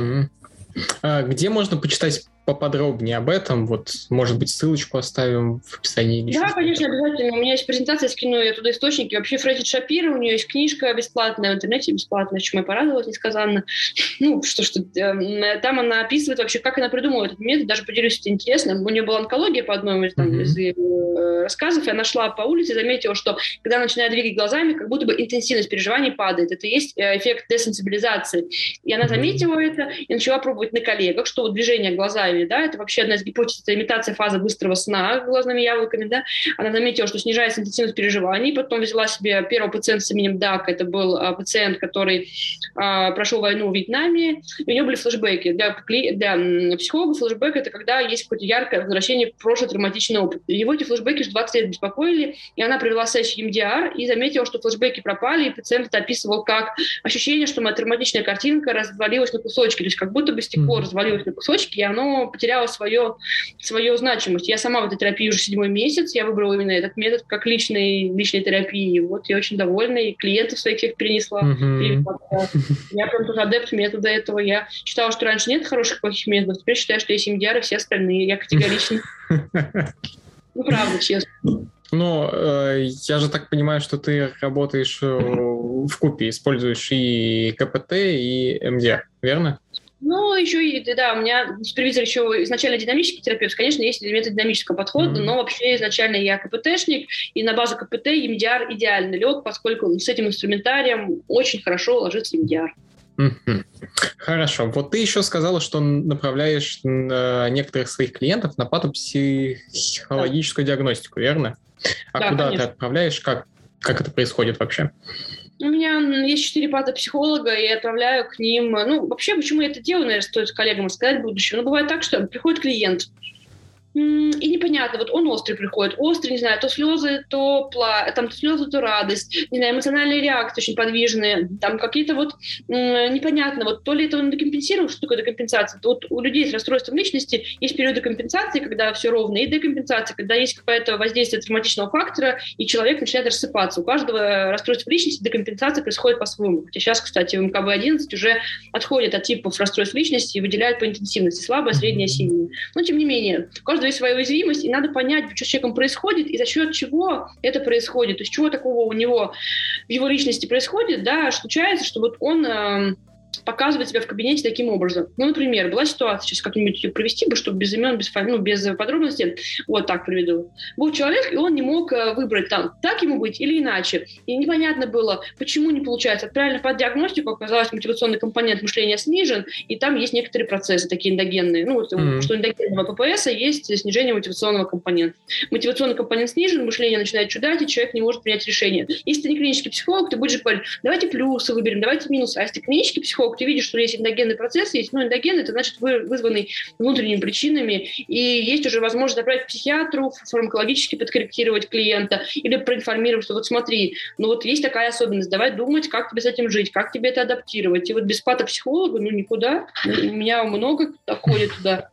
A: Где можно почитать поподробнее об этом? Вот, может быть, ссылочку оставим в описании.
B: Да, конечно, обязательно. У меня есть презентация, скину я туда источники. Вообще, Фрэнсис Шапира, у нее есть книжка бесплатная в интернете, бесплатная, чему я порадовалась несказанно. Там она описывает вообще, как она придумала этот метод. Даже поделюсь, это интересно. У нее была онкология по одному из рассказов, и она шла по улице и заметила, что когда она начинает двигать глазами, как будто бы интенсивность переживаний падает. Это и есть эффект десенсибилизации. И она заметила это и начала пробовать на коллегах, что вот движение глазами, да, это вообще одна из гипотез, это имитация фазы быстрого сна глазными яблоками, да. Она заметила, что снижается интенсивность переживаний, потом взяла себе первого пациента с именем Дак, это был пациент, который прошел войну в Вьетнаме, и у него были флешбеки. Для психолога флешбек — это когда есть какое-то яркое возвращение в прошлый травматичный опыт. Его эти флешбеки уже 20 лет беспокоили, и она провела сессию EMDR и заметила, что флешбеки пропали, и пациент это описывал как ощущение, что моя травматичная картинка развалилась на кусочки, то есть как будто бы стекло развалилось на кусочки, и оно потеряло свою значимость. Я сама в этой терапии уже 7-й месяц, я выбрала именно этот метод как личной терапии, и вот я очень довольна, и клиентов своих всех перенесла. Я прям тоже адепт метода этого. Я считала, что раньше нет хороших плохих методов, теперь считаю, что есть EMDR и все остальные. Я категорично. Правда, честно.
A: Я же так понимаю, что ты работаешь вкупе, используешь и КПТ, и МДР, верно?
B: Еще и, да, у меня супервизор еще изначально динамический терапевт, конечно, есть элементы динамического подхода, но вообще изначально я КПТшник, и на базу КПТ EMDR идеально лег, поскольку с этим инструментарием очень хорошо ложится EMDR.
A: Хорошо. Вот ты еще сказала, что направляешь некоторых своих клиентов на патопсихологическую диагностику, верно? А куда конечно. Ты отправляешь? Как это происходит вообще?
B: У меня есть 4 патопсихолога, и я отправляю к ним... вообще, почему я это делаю, наверное, стоит коллегам рассказать в будущем. Бывает так, что приходит клиент, и непонятно, вот он острый приходит, не знаю, то слезы, то слезы, то радость, не знаю, эмоциональные реакции очень подвижные, там какие-то непонятно, то ли это он декомпенсировал, что такое декомпенсация, то вот у людей с расстройством личности есть периоды компенсации, когда все ровно, и декомпенсации, когда есть какое-то воздействие травматичного фактора, и человек начинает рассыпаться. У каждого расстройства личности декомпенсация происходит по-своему. Хотя сейчас, кстати, в МКБ-11 уже отходят от типов расстройств личности и выделяют по интенсивности слабое, среднее, сильное. Но, тем не менее, у каждого каждого есть своя уязвимость, и надо понять, что с человеком происходит, и за счет чего это происходит, то есть чего такого у него в его личности происходит, да, случается, что вот он показывает себя в кабинете таким образом. Ну, например, была ситуация, сейчас как-нибудь ее провести, чтобы без имен, без фамилий, без подробностей, вот так приведу. Был человек, и он не мог выбрать там, так ему быть или иначе. И непонятно было, почему не получается. Отправили под диагностику, оказалось, мотивационный компонент мышления снижен, и там есть некоторые процессы такие эндогенные. Ну, что эндогенного ППС есть снижение мотивационного компонента. Мотивационный компонент снижен, мышление начинает чудать, и человек не может принять решение. Если ты не клинический психолог, ты будешь говорить, давайте плюсы выберем, давайте минусы. А если ты клинический психолог, ты видишь, что есть эндогенный процесс, есть, ну, эндоген, это значит вызванный внутренними причинами, и есть уже возможность направить к психиатру, фармакологически подкорректировать клиента или проинформировать, что вот смотри, ну вот есть такая особенность, давай думать, как тебе с этим жить, как тебе это адаптировать. И вот без патопсихолога, ну, никуда. У меня много кто ходит туда.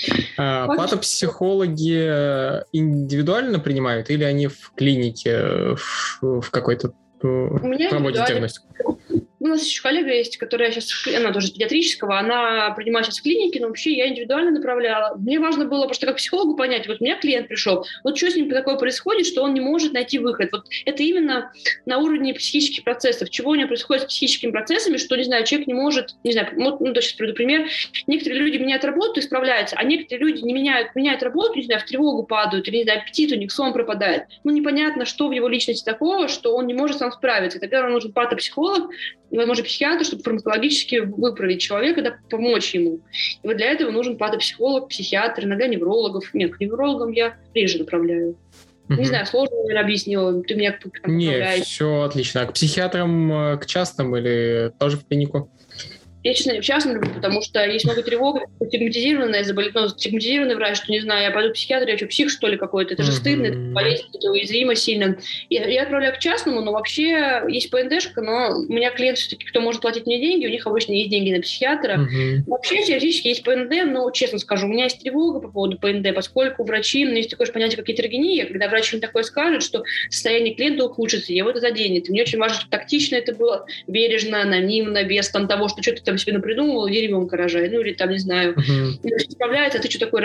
A: Патопсихологи индивидуально принимают или они в клинике в какой-то проводят диагностику?
B: У нас еще коллега есть, которая сейчас, она тоже из педиатрического, она принимает сейчас в клинике, но вообще я индивидуально направляла. Мне важно было просто как психологу понять, вот у меня клиент пришел, вот что с ним такое происходит, что он не может найти выход. Вот это именно на уровне психических процессов. Чего у него происходит с психическими процессами, что, не знаю, человек не может, не знаю, ну, сейчас приведу пример. Некоторые люди меняют работу и справляются, а некоторые люди не меняют работу, не знаю, в тревогу падают, или, не знаю, аппетит у них, сон пропадает. Ну, непонятно, что в его личности такого, что он не может сам справиться. И тогда ему нужен патопсихолог, возможно, психиатр, чтобы фармакологически выправить человека, да, помочь ему. И вот для этого нужен патопсихолог, психиатр, иногда неврологов. Нет, к неврологам я реже направляю. Не знаю, сложно, наверное, объяснила. Ты меня как
A: направляешь. Нет, все отлично. А к психиатрам, к частным или тоже в клинику?
B: Я, честно, в частном люблю, потому что есть много тревог, стигматизированная, стигматизированный врач, что, не знаю, я пойду к психиатру, я что, псих, что ли, какой-то? Это же стыдно, это болезнь, это уязвимо сильно. Я отправляю к частному, но вообще есть ПНДшка, но у меня клиент все-таки, кто может платить мне деньги, у них обычно есть деньги на психиатра. Вообще теоретически есть ПНД, но, честно скажу, у меня есть тревога по поводу ПНД, поскольку врачи, есть такое же понятие, как гетерогения, когда врач им такое скажет, что состояние клиента ухудшится, его это заденет. И мне очень важно, чтобы тактично это было, бережно, анонимно, без там того, что что-то там себе напридумывал, деревенка рожай, ну или там, не знаю, справляется, а ты что такой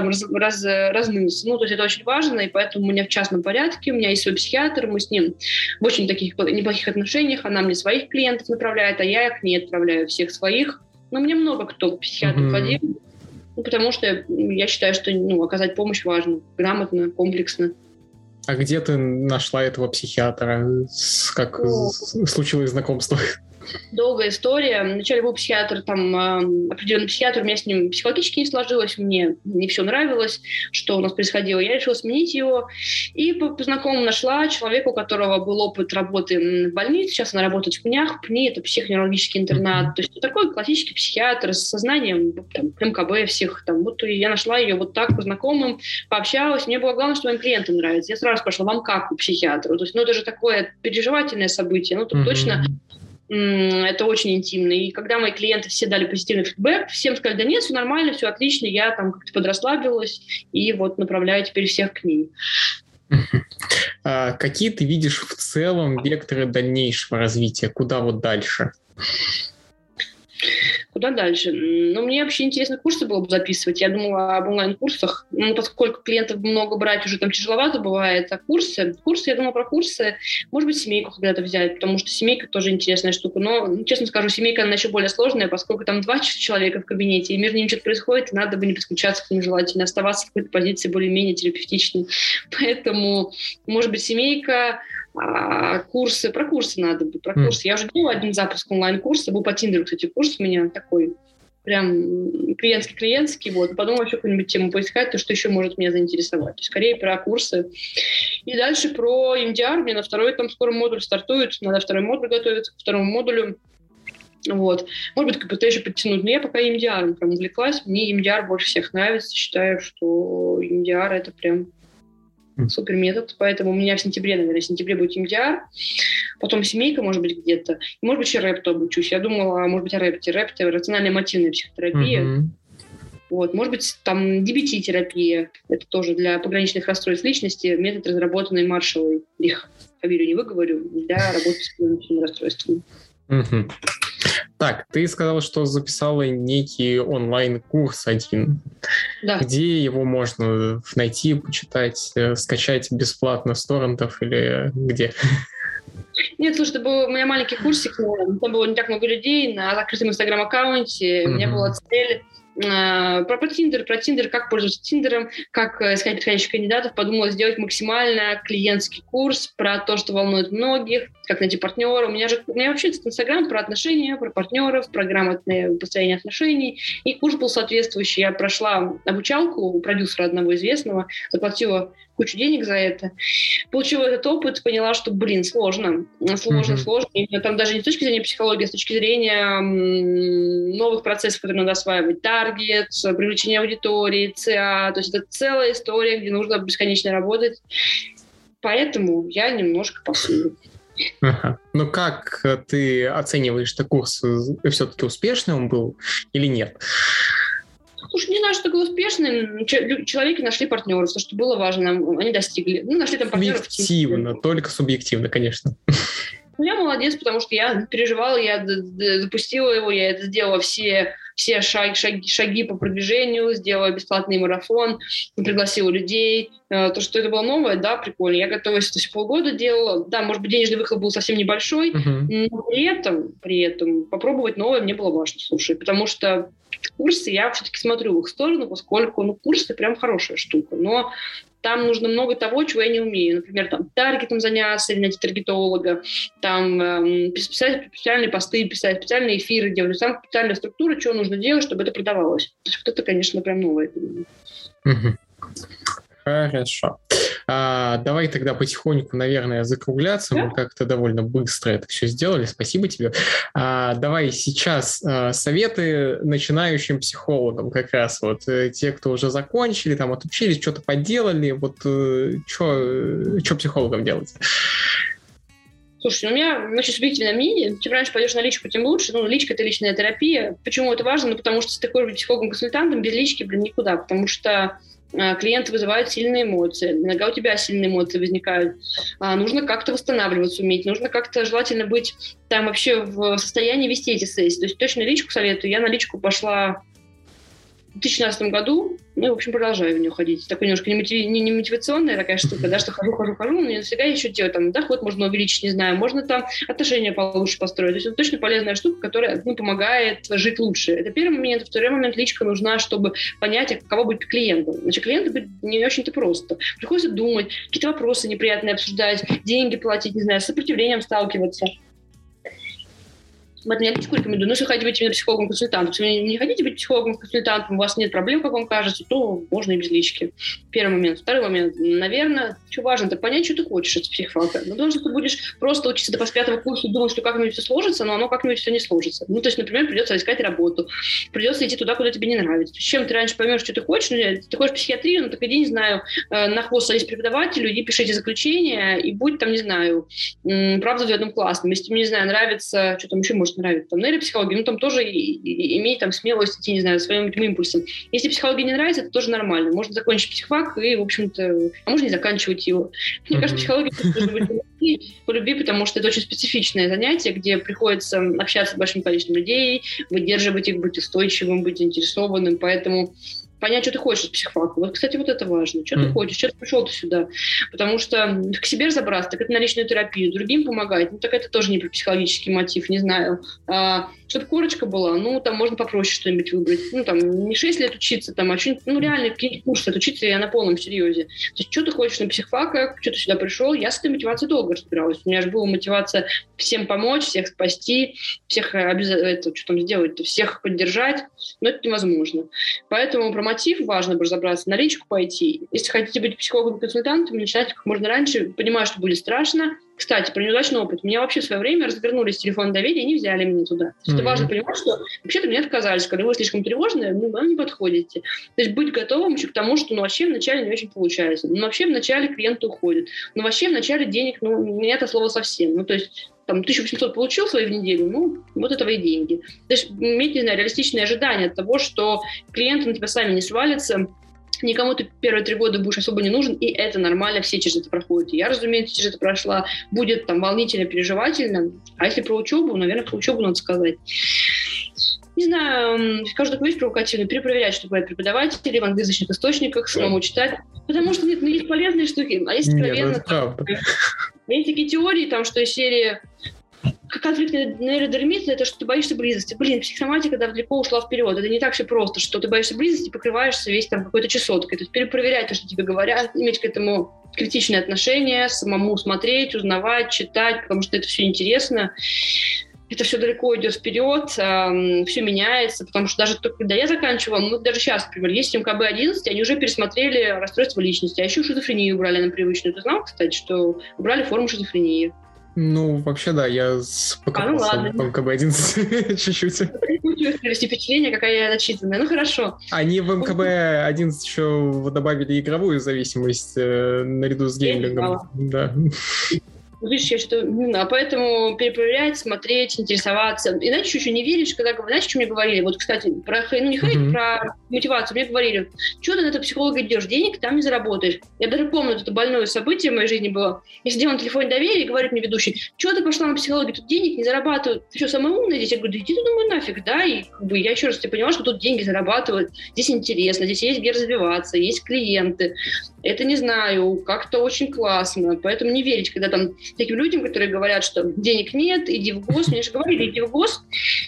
B: разнылся. Ну, то есть это очень важно, и поэтому у меня в частном порядке, у меня есть свой психиатр, мы с ним в очень таких неплохих отношениях, она мне своих клиентов направляет, а я к ней отправляю всех своих. Но мне много кто к психиатру ходил, ну, потому что я считаю, что оказать помощь важно, грамотно, комплексно.
A: А где ты нашла этого психиатра? Как случилось знакомство?
B: Долгая история. Вначале был психиатр, там определенный психиатр, у меня с ним психологически не сложилось, мне не все нравилось, что у нас происходило. Я решила сменить его. И по знакомым нашла человека, у которого был опыт работы в больнице. Сейчас она работает в ПНИях. ПНИ — это психоневрологический интернат. То есть такой классический психиатр с сознанием там, МКБ всех. Там. Вот я нашла ее вот так по знакомым, пообщалась. Мне было главное, что моим клиентам нравится. Я сразу спрашивала, вам как у психиатра? То есть, это же такое переживательное событие. Тут точно... Это очень интимно. И когда мои клиенты все дали позитивный фидбэк, всем сказали, да нет, все нормально, все отлично, я там как-то подрасслабилась, и вот направляю теперь всех к ней.
A: Какие ты видишь в целом векторы дальнейшего развития? Куда вот дальше?
B: Куда дальше? Мне вообще интересно курсы было бы записывать. Я думала об онлайн-курсах. Поскольку клиентов много брать уже там тяжеловато бывает. А курсы, я думала про курсы. Может быть, семейку когда-то взять, потому что семейка тоже интересная штука. Но, честно скажу, семейка, она еще более сложная, поскольку там 2 человека в кабинете, и между ними что-то происходит, надо бы не подключаться к ним желательно, оставаться в какой-то позиции более-менее терапевтичной. Поэтому, может быть, семейка... курсы, про курсы надо бы, про курсы. Я уже делала один запуск онлайн-курса, был по Тиндеру, кстати, курс у меня такой, прям клиентский, вот. Подумала еще какую-нибудь тему поискать, то, что еще может меня заинтересовать. То есть, скорее про курсы. И дальше про EMDR, мне на второй там скоро модуль стартует, надо второй модуль готовиться к второму модулю. Вот. Может быть, КПТ еще подтянуть, но я пока EMDR прям увлеклась, мне EMDR больше всех нравится, считаю, что EMDR это прям супер метод, поэтому у меня в сентябре будет EMDR, потом семейка, может быть, где-то, и, может быть, еще рэпто обучусь. Я думала, может быть, о рэпте. Рэпт — это рационально-эмотивная психотерапия. Вот, может быть, там DBT-терапия, это тоже для пограничных расстройств личности, метод, разработанный Маршаллой. Их фамилию не выговорю, для работы с пограничными расстройствами.
A: Так, ты сказала, что записала некий онлайн-курс один.
B: Да.
A: Где его можно найти, почитать, скачать бесплатно с торрентов или где?
B: Нет, слушай, это был у меня маленький курсик, там было не так много людей на закрытом инстаграм-аккаунте, у меня была цель про Тиндер, как пользоваться Тиндером, как искать подходящих кандидатов. Подумала сделать максимально клиентский курс про то, что волнует многих, как найти партнера. У меня вообще этот Инстаграм про отношения, про партнеров, про грамотное построение отношений. И курс был соответствующий. Я прошла обучалку у продюсера одного известного, заплатила кучу денег за это. Получила этот опыт, поняла, что, сложно. И там даже не с точки зрения психологии, а с точки зрения новых процессов, которые надо осваивать. Таргет, привлечение аудитории, ЦА. То есть это целая история, где нужно бесконечно работать. Поэтому я немножко пасую.
A: Ага. Ну как ты оцениваешь, что курс все-таки успешный он был или нет?
B: Слушай, не знаю, что такое успешный. Человеки нашли партнеров, то, что было важно, они достигли. Нашли там партнеров.
A: Субъективно, только субъективно, конечно.
B: Я молодец, потому что я переживала, я запустила его, я это сделала все шаги по продвижению, сделала бесплатный марафон, пригласила людей. То, что это было новое, да, прикольно. Я готовилась, то есть полгода делала. Да, может быть, денежный выхлоп был совсем небольшой, но при этом попробовать новое мне было важно, слушай, потому что курсы я все-таки смотрю в их сторону, поскольку, курсы прям хорошая штука, но там нужно много того, чего я не умею. Например, там таргетом заняться или найти таргетолога, там писать специальные посты, писать специальные эфиры делать, там специальная структура, что нужно делать, чтобы это продавалось. То есть вот это, конечно, прям новое.
A: Хорошо. Давай тогда потихоньку, наверное, закругляться. Да? Мы как-то довольно быстро это все сделали. Спасибо тебе. Давай сейчас советы начинающим психологам. Как раз вот те, кто уже закончили, там отучились, что-то поделали. Вот что психологам делать?
B: Слушай, у меня очень субъективное мнение. Чем раньше пойдешь на личку, тем лучше. Личка – это личная терапия. Почему это важно? Потому что с такой психологом-консультантом без лички, никуда. Потому что клиенты вызывают сильные эмоции. Иногда у тебя сильные эмоции возникают. Нужно как-то восстанавливаться уметь. Нужно как-то желательно быть там вообще в состоянии вести эти сессии. То есть точно личку советую. Я на личку пошла в 2016 году, в общем, продолжаю в нее ходить. Такой немножко не мотивационная такая штука, да, что хожу, но не всегда еще делать, там, доход можно увеличить, не знаю, можно там отношения получше построить. То есть это точно полезная штука, которая помогает жить лучше. Это первый момент. Второй момент, личка нужна, чтобы понять, каково быть клиентом. Значит, клиенту быть не очень-то просто. Приходится думать, какие-то вопросы неприятные обсуждать, деньги платить, не знаю, с сопротивлением сталкиваться. Вот я личку рекомендую. Но если хотите быть именно психологом-консультантом, если вы не хотите быть психологом-консультантом, у вас нет проблем, как вам кажется, то можно и без лички. Первый момент. Второй момент. Наверное, что важно, это понять, что ты хочешь от психфака. Потому что ты будешь просто учиться до 5-го курса и думать, что как-нибудь все сложится, но оно как-нибудь все не сложится. То есть, например, придется искать работу, придется идти туда, куда тебе не нравится. То есть, чем ты раньше поймешь, что ты хочешь, ты хочешь психиатрию, так иди, не знаю, на хвост садись преподавателю, иди пишите заключение и будь там, не знаю, правда в одном классном. Если тебе, не знаю, нравится, что там еще может нравится, там, нейропсихология, там тоже имей там смелость идти, не знаю, своим этим импульсом. Если психология не нравится, это тоже нормально. Можно закончить психфак и, в общем-то, а можно не заканчивать его. Мне кажется, психология должна быть по любви, потому что это очень специфичное занятие, где приходится общаться с большим количеством людей, выдерживать их, быть устойчивым, быть заинтересованным, поэтому понять, что ты хочешь от психфака. Вот, кстати, вот это важно. Что ты хочешь, что ты пришел сюда. Потому что к себе разобраться, так это на личную терапию, другим помогать, так это тоже не про психологический мотив, не знаю. Чтобы корочка была, там можно попроще что-нибудь выбрать. Не 6 лет учиться, а что-нибудь, реально какие-нибудь курсы отучиться я на полном серьезе. То есть, что ты хочешь на психфаках, что ты сюда пришел, я с этой мотивацией долго разбиралась. У меня же была мотивация всем помочь, всех спасти, всех обязательно, что там сделать, всех поддержать, но это невозможно. Поэтому про мотив важно разобраться, на личку пойти. Если хотите быть психологом-консультантом, начинайте как можно раньше. Понимаю, что будет страшно. Кстати, про неудачный опыт. Меня вообще в свое время развернули с телефона доверия и не взяли меня туда. То есть это важно понимать, что вообще-то меня отказались. Когда вы слишком тревожные, вы не подходите. То есть быть готовым еще к тому, что вообще вначале не очень получается. Вообще вначале клиенты уходят. Вообще вначале денег, нет от слова совсем. То есть 1800 получил свои в неделю, вот это твои деньги. То есть иметь, не знаю, реалистичные ожидания от того, что клиенты на тебя сами не свалятся, никому ты первые 3 года будешь особо не нужен, и это нормально, все через это проходят. Я, разумеется, через это прошла. Будет волнительно, переживательно. А если про учебу, наверное, про учебу надо сказать. не знаю, скажу такую вещь провокативную, перепроверять, что говорят преподаватели в англоязычных источниках, самому читать. Потому что нет, есть полезные штуки, а есть откровенно.
A: Нет, это правда.
B: Есть такие теории, там, что из серии конфликтный нейродермит — это что ты боишься близости. Психосоматика далеко ушла вперед. Это не так все просто, что ты боишься близости, покрываешься весь там какой-то чесоткой. То есть перепроверять то, что тебе говорят, иметь к этому критичное отношение, самому смотреть, узнавать, читать, потому что это все интересно. Это все далеко идет вперед, все меняется, потому что даже когда я заканчивала, мы даже сейчас, например, есть МКБ-11, они уже пересмотрели расстройство личности, а еще шизофрению убрали на привычную. Ты знал, кстати, что убрали форму шизофрении?
A: Ну, вообще, да, я покопался в МКБ-11 чуть-чуть.
B: Привести впечатление, какая я начитанная. Ну, хорошо.
A: Они в МКБ-11 еще добавили игровую зависимость наряду с геймингом. Да.
B: Видишь, я что-то не знаю. Поэтому перепроверять, смотреть, интересоваться. Иначе еще не веришь, когда говорят, знаешь, что мне говорили? Вот, кстати, про не хейт, про мотивацию. Мне говорили, что ты на этого психолога идешь, денег там не заработаешь. Я даже помню, это больное событие в моей жизни было. Я сидела на телефоне доверия и говорит мне ведущий, что ты пошла на психологию, тут денег не зарабатывают. Ты что, самая умная здесь? Я говорю, да иди ты, думаю, нафиг, да? И я еще раз поняла, что тут деньги зарабатывают, здесь интересно, здесь есть где развиваться, есть клиенты. Это, не знаю, как-то очень классно. Поэтому не верить, когда там таким людям, которые говорят, что денег нет, иди в ГОС. Мне же говорили, иди в ГОС,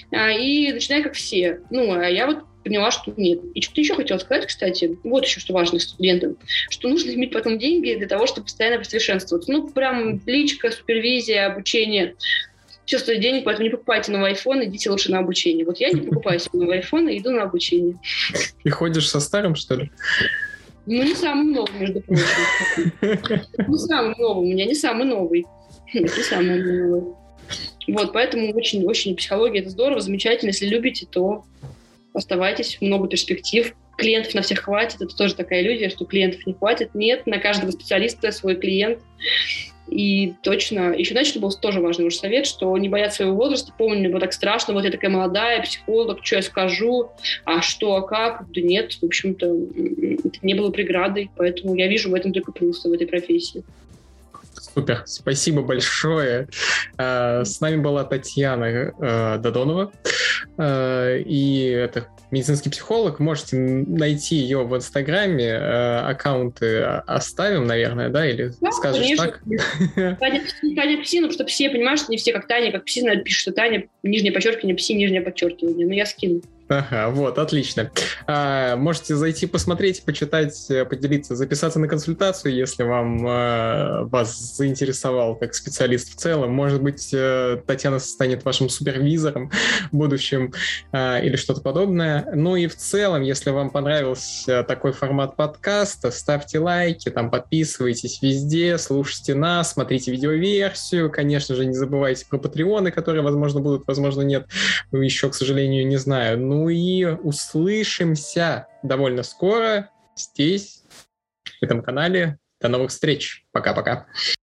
B: и начинай как все. Ну, а я вот поняла, что нет. И что-то еще хотела сказать, кстати, вот еще что важно студентам, что нужно иметь потом деньги для того, чтобы постоянно совершенствоваться. Ну, прям личка, супервизия, обучение. Все стоит денег, поэтому не покупайте новый iPhone, идите лучше на обучение. Вот я не покупаю себе новый iPhone и иду на обучение.
A: И ходишь со старым, что ли?
B: Ну, не самым новым, между прочим. Не самым новым, у меня не самый новый. Не самый новый. Вот, поэтому очень-очень психология — это здорово, замечательно. Если любите, то оставайтесь, много перспектив. Клиентов на всех хватит. Это тоже такая иллюзия, что клиентов не хватит. Нет, на каждого специалиста свой клиент. И точно, еще, знаете, что был тоже важный ваш совет, что не бояться своего возраста. Помню, мне было так страшно, вот я такая молодая, психолог, что я скажу, а что, а как? Да нет, в общем-то, это не было преградой, поэтому я вижу в этом только плюсы, в этой профессии.
A: Супер, спасибо большое. С нами была Татьяна Додонова, и это медицинский психолог. Можете найти ее в Инстаграме, аккаунты оставим, наверное, да, или да, скажешь конечно. Так?
B: Таня Пси, ну, что все, понимаешь, не все как Таня, как Пси, наверное, пишут, что Таня, нижнее подчеркивание, Пси, нижнее подчеркивание, но я скину.
A: Ага, вот, отлично. Можете зайти посмотреть, почитать, поделиться, записаться на консультацию, если вас заинтересовал как специалист в целом. Может быть, Татьяна станет вашим супервизором в будущем или что-то подобное. Ну и в целом, если вам понравился такой формат подкаста, ставьте лайки, там подписывайтесь везде, слушайте нас, смотрите видеоверсию. Конечно же, не забывайте про патреоны, которые, возможно, будут, возможно, нет. Еще, к сожалению, не знаю. Ну и услышимся довольно скоро здесь, в этом канале. До новых встреч. Пока-пока.